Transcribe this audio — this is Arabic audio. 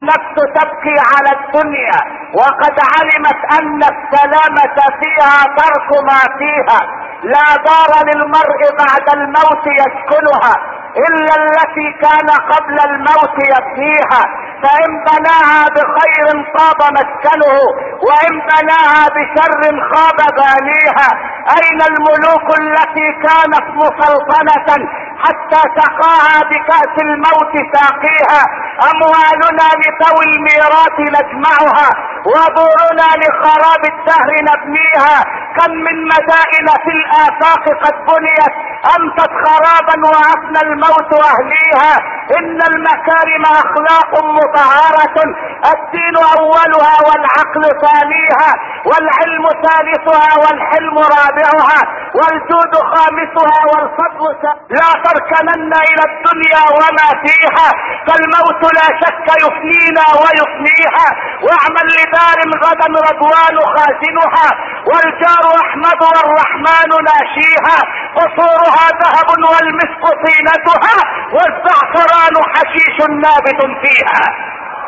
النفس تبكي على الدنيا وقد علمت ان السلامة فيها ترك ما فيها. لا دار للمرء بعد الموت يسكنها الا التي كان قبل الموت يبنيها، فان بناها بخير طاب مسكنه وان بناها بشر خاب بانيها. اين الملوك التي كانت مسلطنة حتى سقاها بكأس الموت ساقيها؟ اموالنا لذوي الميراث نجمعها وبورنا لخراب الدهر نبنيها. كم من مدائن في الآفاق قد بنيت امست خرابا وافنى الموت اهليها. ان المكارم اخلاق مطهرة الدين اولها والعقل ثانيها والعلم ثالثها والحلم رابعها والجود خامسها والفضل لا تركنن الى الدنيا وما فيها فالموت لا شك يفنينا ويفنيها. واعمل لدار غدا رضوان خازنها والجار احمد والرحمن ناشيها. قصورها ذهب والمسك طينتها والزعفران حشيش نابت فيها.